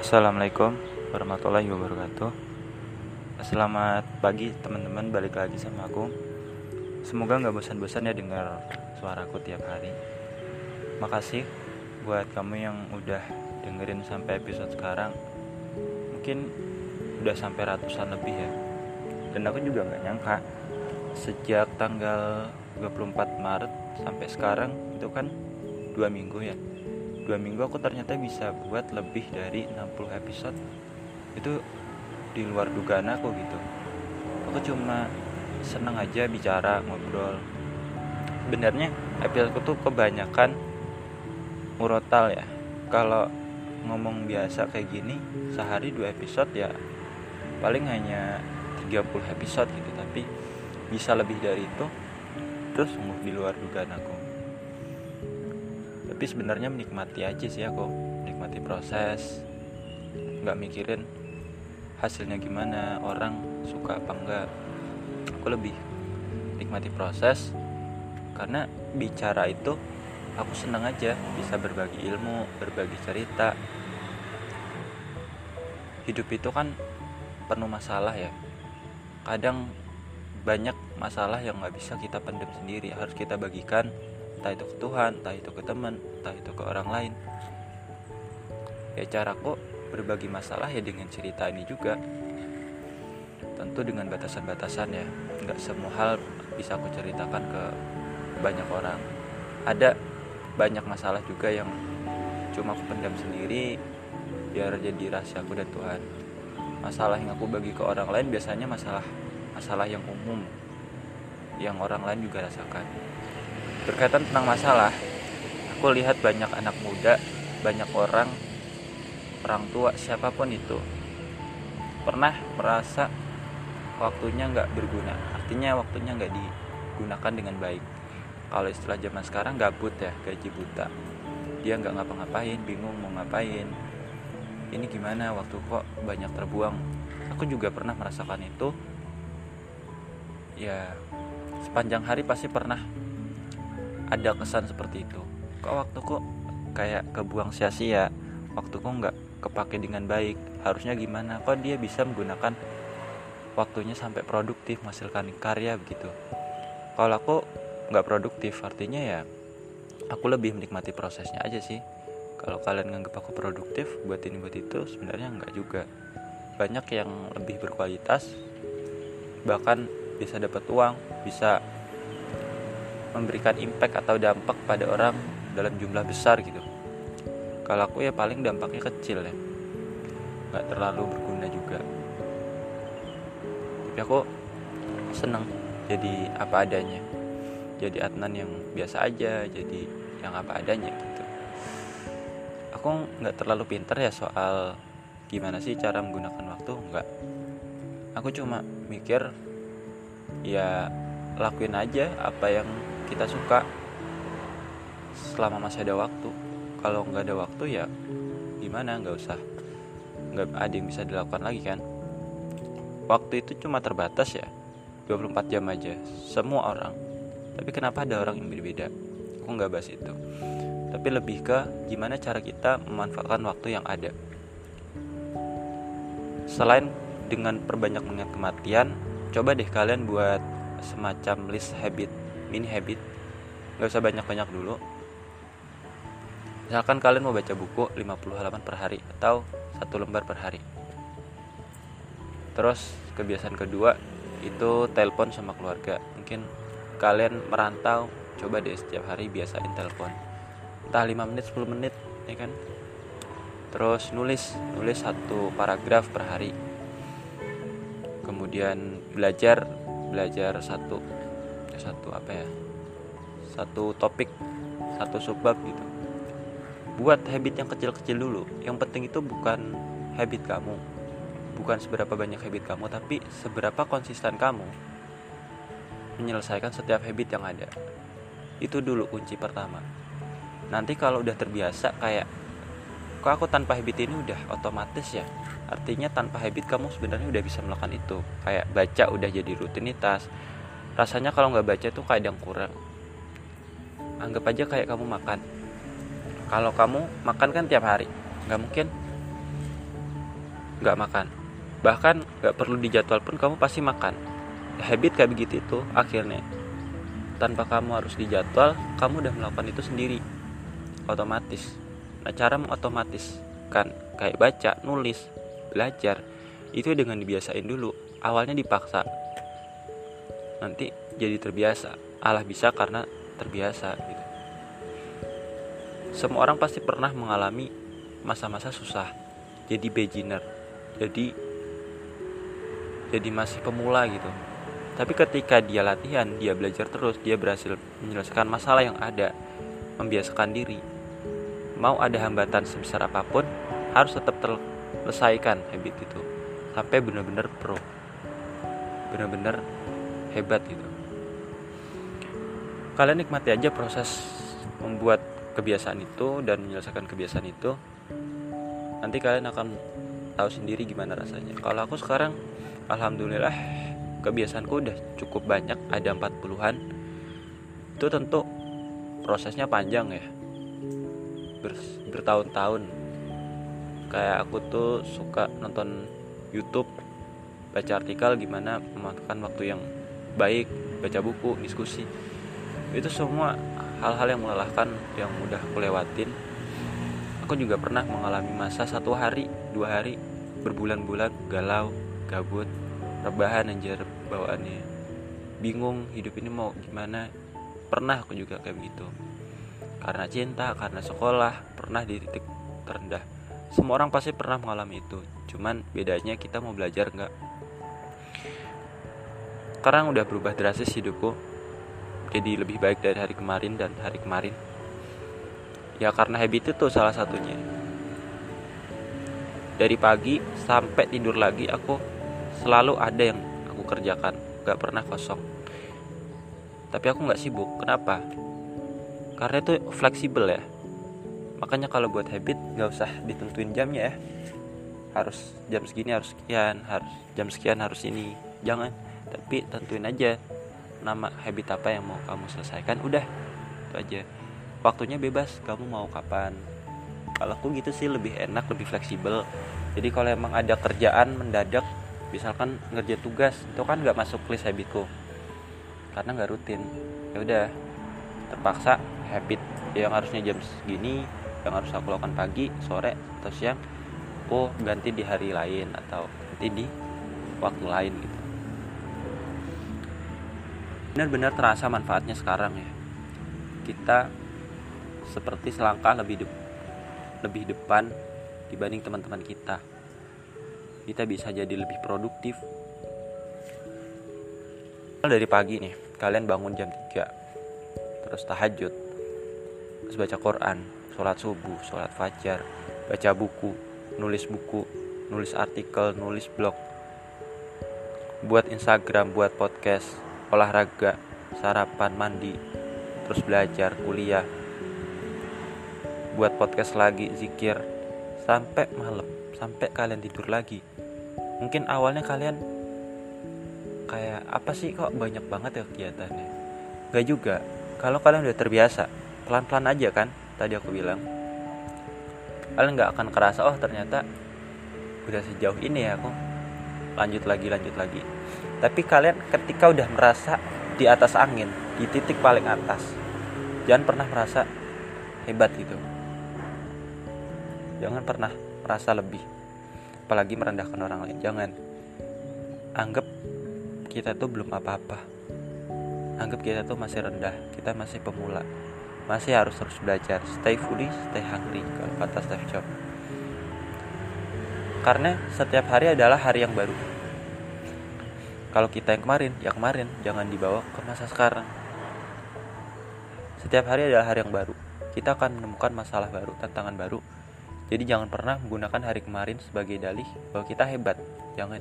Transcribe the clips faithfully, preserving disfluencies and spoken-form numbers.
Assalamualaikum warahmatullahi wabarakatuh. Selamat pagi teman-teman, balik lagi sama aku. Semoga gak bosan-bosan ya dengar suaraku tiap hari. Makasih buat kamu yang udah dengerin sampai episode sekarang. Mungkin udah sampai ratusan lebih ya. Dan aku juga gak nyangka sejak tanggal dua puluh empat Maret sampai sekarang itu kan dua minggu ya. Dua minggu aku ternyata bisa buat lebih dari enam puluh episode. Itu di luar dugaan aku gitu. Aku cuma seneng aja bicara, ngobrol. Sebenarnya episodeku tuh kebanyakan murotal ya. Kalau ngomong biasa kayak gini sehari dua episode ya paling hanya tiga puluh episode gitu. Tapi bisa lebih dari itu, terus sungguh di luar dugaan aku. Tapi sebenarnya menikmati aja sih aku, menikmati proses, nggak mikirin hasilnya gimana, orang suka apa enggak. Aku lebih nikmati proses, karena bicara itu aku senang aja, bisa berbagi ilmu, berbagi cerita. Hidup itu kan penuh masalah ya. Kadang banyak masalah yang nggak bisa kita pendam sendiri, harus kita bagikan. Entah itu ke Tuhan, entah itu ke teman, entah itu ke orang lain. Ya caraku berbagi masalah ya dengan cerita ini juga. Tentu dengan batasan-batasan ya. Gak semua hal bisa aku ceritakan ke banyak orang. Ada banyak masalah juga yang cuma aku pendam sendiri biar jadi rahasia aku dan Tuhan. Masalah yang aku bagi ke orang lain biasanya masalah masalah yang umum, yang orang lain juga rasakan. Berkaitan tentang masalah, aku lihat banyak anak muda, banyak orang, orang tua, siapapun itu pernah merasa waktunya gak berguna. Artinya waktunya gak digunakan dengan baik. Kalau istilah zaman sekarang gabut ya, gaji buta. Dia gak ngapa-ngapain, bingung mau ngapain. Ini gimana, waktu kok banyak terbuang. Aku juga pernah merasakan itu. Ya, sepanjang hari pasti pernah ada kesan seperti itu. Kok waktuku kayak kebuang sia-sia, waktuku gak kepake dengan baik. Harusnya gimana, kok dia bisa menggunakan waktunya sampai produktif, menghasilkan karya begitu. Kalau aku gak produktif, artinya ya aku lebih menikmati prosesnya aja sih. Kalau kalian nganggap aku produktif buat ini buat itu, sebenarnya enggak juga. Banyak yang lebih berkualitas, bahkan bisa dapat uang, bisa memberikan impact atau dampak pada orang dalam jumlah besar gitu. Kalau aku ya paling dampaknya kecil ya, gak terlalu berguna juga. Tapi aku seneng jadi apa adanya, jadi Adnan yang biasa aja, jadi yang apa adanya gitu. Aku gak terlalu pintar ya soal gimana sih cara menggunakan waktu, enggak. Aku cuma mikir ya lakuin aja apa yang kita suka selama masih ada waktu. Kalau nggak ada waktu ya gimana, nggak usah, nggak ada yang bisa dilakukan lagi kan. Waktu itu cuma terbatas ya, dua puluh empat jam aja semua orang. Tapi kenapa ada orang yang berbeda? Aku nggak bahas itu, tapi lebih ke gimana cara kita memanfaatkan waktu yang ada. Selain dengan perbanyak mengingat kematian, coba deh kalian buat semacam list habit, mini habit. Gak usah banyak-banyak dulu. Misalkan kalian mau baca buku lima puluh halaman per hari atau satu lembar per hari. Terus kebiasaan kedua itu telepon sama keluarga. Mungkin kalian merantau, coba deh setiap hari biasain telepon, entah lima menit, sepuluh menit ya kan. Terus nulis nulis satu paragraf per hari. Kemudian belajar belajar satu satu apa ya satu topik, satu subbab gitu. Buat habit yang kecil-kecil dulu. Yang penting itu bukan habit kamu, bukan seberapa banyak habit kamu, tapi seberapa konsisten kamu menyelesaikan setiap habit yang ada. Itu dulu kunci pertama. Nanti kalau udah terbiasa, kayak kok aku tanpa habit ini udah otomatis ya, artinya tanpa habit kamu sebenarnya udah bisa melakukan itu. Kayak baca udah jadi rutinitas. Rasanya kalau gak baca tuh kadang kurang. Anggap aja kayak kamu makan. Kalau kamu makan kan tiap hari, gak mungkin nggak makan. Bahkan nggak perlu dijadwal pun kamu pasti makan. Habit kayak begitu itu akhirnya tanpa kamu harus dijadwal, kamu udah melakukan itu sendiri, otomatis. Nah, cara mengotomatiskan kayak baca, nulis, belajar itu dengan dibiasain dulu. Awalnya dipaksa, nanti jadi terbiasa. Allah bisa karena terbiasa gitu. Semua orang pasti pernah mengalami masa-masa susah, jadi beginner, jadi jadi masih pemula gitu. Tapi ketika dia latihan, dia belajar terus, dia berhasil menyelesaikan masalah yang ada, membiasakan diri. Mau ada hambatan sebesar apapun, harus tetap terselesaikan habit itu sampai benar-benar pro, benar-benar hebat gitu. Kalian nikmati aja proses membuat kebiasaan itu dan menyelesaikan kebiasaan itu. Nanti kalian akan tahu sendiri gimana rasanya. Kalau aku sekarang, alhamdulillah, kebiasaanku udah cukup banyak, ada empat puluhan. Itu tentu prosesnya panjang ya, Ber- bertahun-tahun. Kayak aku tuh suka nonton YouTube, baca artikel gimana memanfaatkan waktu yang baik, baca buku, diskusi. Itu semua hal-hal yang melelahkan, yang udah aku lewatin. Aku juga pernah mengalami masa satu hari, dua hari, berbulan-bulan galau, gabut, rebahan anjir bawaannya, bingung hidup ini mau gimana. Pernah aku juga kayak begitu, karena cinta, karena sekolah, pernah di titik terendah. Semua orang pasti pernah mengalami itu, cuman bedanya kita mau belajar nggak. Sekarang udah berubah drastis hidupku, jadi lebih baik dari hari kemarin dan hari kemarin. Ya karena habit itu salah satunya. Dari pagi sampai tidur lagi aku selalu ada yang aku kerjakan, gak pernah kosong. Tapi aku gak sibuk. Kenapa? Karena itu fleksibel ya. Makanya kalau buat habit gak usah ditentuin jamnya ya, harus jam segini harus sekian, harus jam sekian harus ini. Jangan. Tapi tentuin aja nama habit apa yang mau kamu selesaikan. Udah, itu aja. Waktunya bebas, kamu mau kapan. Kalau aku gitu sih lebih enak, lebih fleksibel. Jadi kalau emang ada kerjaan mendadak, misalkan ngerjain tugas, itu kan nggak masuk list habitku karena nggak rutin. Ya udah, terpaksa habit yang harusnya jam segini, yang harus aku lakukan pagi, sore atau siang, aku ganti di hari lain atau ganti di waktu lain gitu. Benar-benar terasa manfaatnya sekarang ya. Kita seperti selangkah lebih de- lebih depan dibanding teman-teman kita. Kita bisa jadi lebih produktif. Dari pagi nih, kalian bangun jam tiga, terus tahajud, terus baca Quran, sholat subuh, sholat fajar, baca buku, nulis buku, nulis artikel, nulis blog, buat Instagram, buat podcast, olahraga, sarapan, mandi, terus belajar, kuliah, buat podcast lagi, zikir, sampai malam, sampai kalian tidur lagi. Mungkin awalnya kalian kayak apa sih kok banyak banget ya kegiatannya. Gak juga. Kalau kalian udah terbiasa, pelan-pelan aja kan, tadi aku bilang, kalian gak akan kerasa oh ternyata udah sejauh ini ya aku, lanjut lagi lanjut lagi. Tapi kalian ketika udah merasa di atas angin, di titik paling atas, jangan pernah merasa hebat gitu. Jangan pernah merasa lebih, apalagi merendahkan orang lain. Jangan. Anggap kita tuh belum apa-apa. Anggap kita tuh masih rendah, kita masih pemula, masih harus terus belajar. Stay foolish, stay hungry, kalau kata Steve Jobs. Karena setiap hari adalah hari yang baru. Kalau kita yang kemarin, ya kemarin, jangan dibawa ke masa sekarang. Setiap hari adalah hari yang baru. Kita akan menemukan masalah baru, tantangan baru. Jadi jangan pernah menggunakan hari kemarin sebagai dalih bahwa kita hebat. Jangan.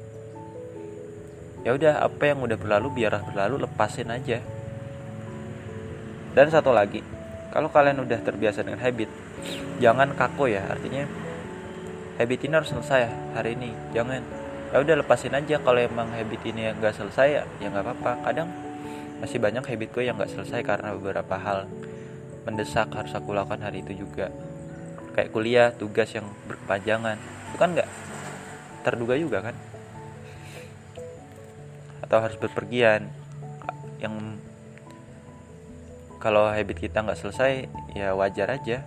Ya udah, apa yang udah berlalu biarlah berlalu, lepasin aja. Dan satu lagi, kalau kalian udah terbiasa dengan habit, jangan kaku ya. Artinya habit ini harus selesai hari ini. Jangan. Ya udah, lepasin aja. Kalau emang habit ini nggak selesai ya nggak apa-apa. Kadang masih banyak habitku yang nggak selesai karena beberapa hal mendesak harus aku lakukan hari itu juga. Kayak kuliah, tugas yang berkepanjangan, itu kan nggak terduga juga kan, atau harus berpergian yang kalau habit kita nggak selesai ya wajar aja.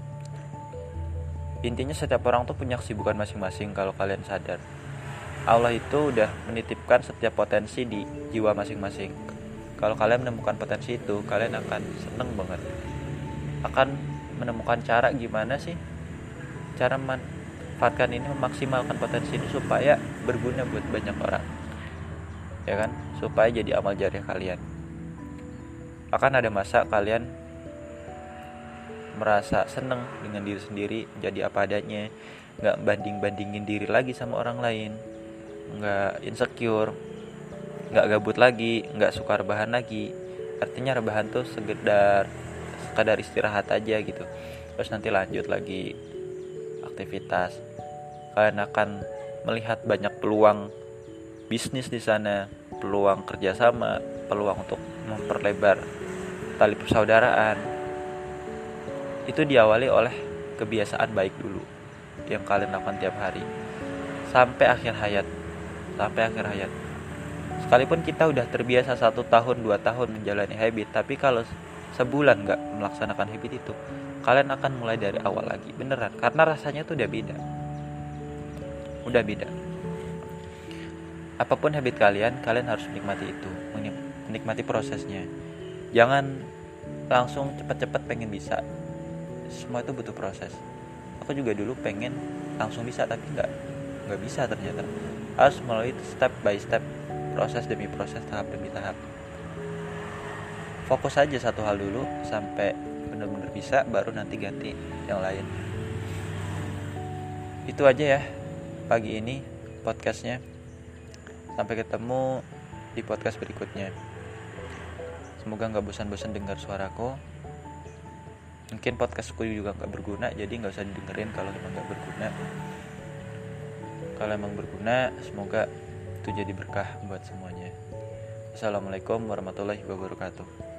Intinya setiap orang tuh punya kesibukan masing-masing. Kalau kalian sadar, Allah itu udah menitipkan setiap potensi di jiwa masing-masing. Kalau kalian menemukan potensi itu, kalian akan seneng banget, akan menemukan cara gimana sih cara manfaatkan ini, memaksimalkan potensi ini supaya berguna buat banyak orang, ya kan, supaya jadi amal jariah kalian. Akan ada masa kalian merasa seneng dengan diri sendiri, jadi apa adanya, gak banding-bandingin diri lagi sama orang lain, gak insecure, gak gabut lagi, gak suka rebahan lagi. Artinya rebahan tuh sekedar sekadar istirahat aja gitu, terus nanti lanjut lagi aktivitas. Kalian akan melihat banyak peluang bisnis di sana, peluang kerjasama, peluang untuk memperlebar tali persaudaraan. Itu diawali oleh kebiasaan baik dulu yang kalian lakukan tiap hari sampai akhir hayat. Sampai akhir hayat. Sekalipun kita udah terbiasa satu tahun, dua tahun menjalani habit, tapi kalau sebulan gak melaksanakan habit itu, kalian akan mulai dari awal lagi, beneran. Karena rasanya tuh udah beda. Udah beda. Apapun habit kalian, kalian harus menikmati itu, menikmati prosesnya. Jangan langsung cepat-cepat pengen bisa. Semua itu butuh proses. Aku juga dulu pengen langsung bisa, tapi nggak nggak bisa ternyata. Harus melalui step by step, proses demi proses, tahap demi tahap. Fokus aja satu hal dulu sampai benar-benar bisa, baru nanti ganti yang lain. Itu aja ya pagi ini podcastnya. Sampai ketemu di podcast berikutnya. Semoga gak bosan-bosan dengar suaraku. Mungkin podcastku juga gak berguna, jadi gak usah didengerin kalau emang gak berguna. Kalau emang berguna, semoga itu jadi berkah buat semuanya. Assalamualaikum warahmatullahi wabarakatuh.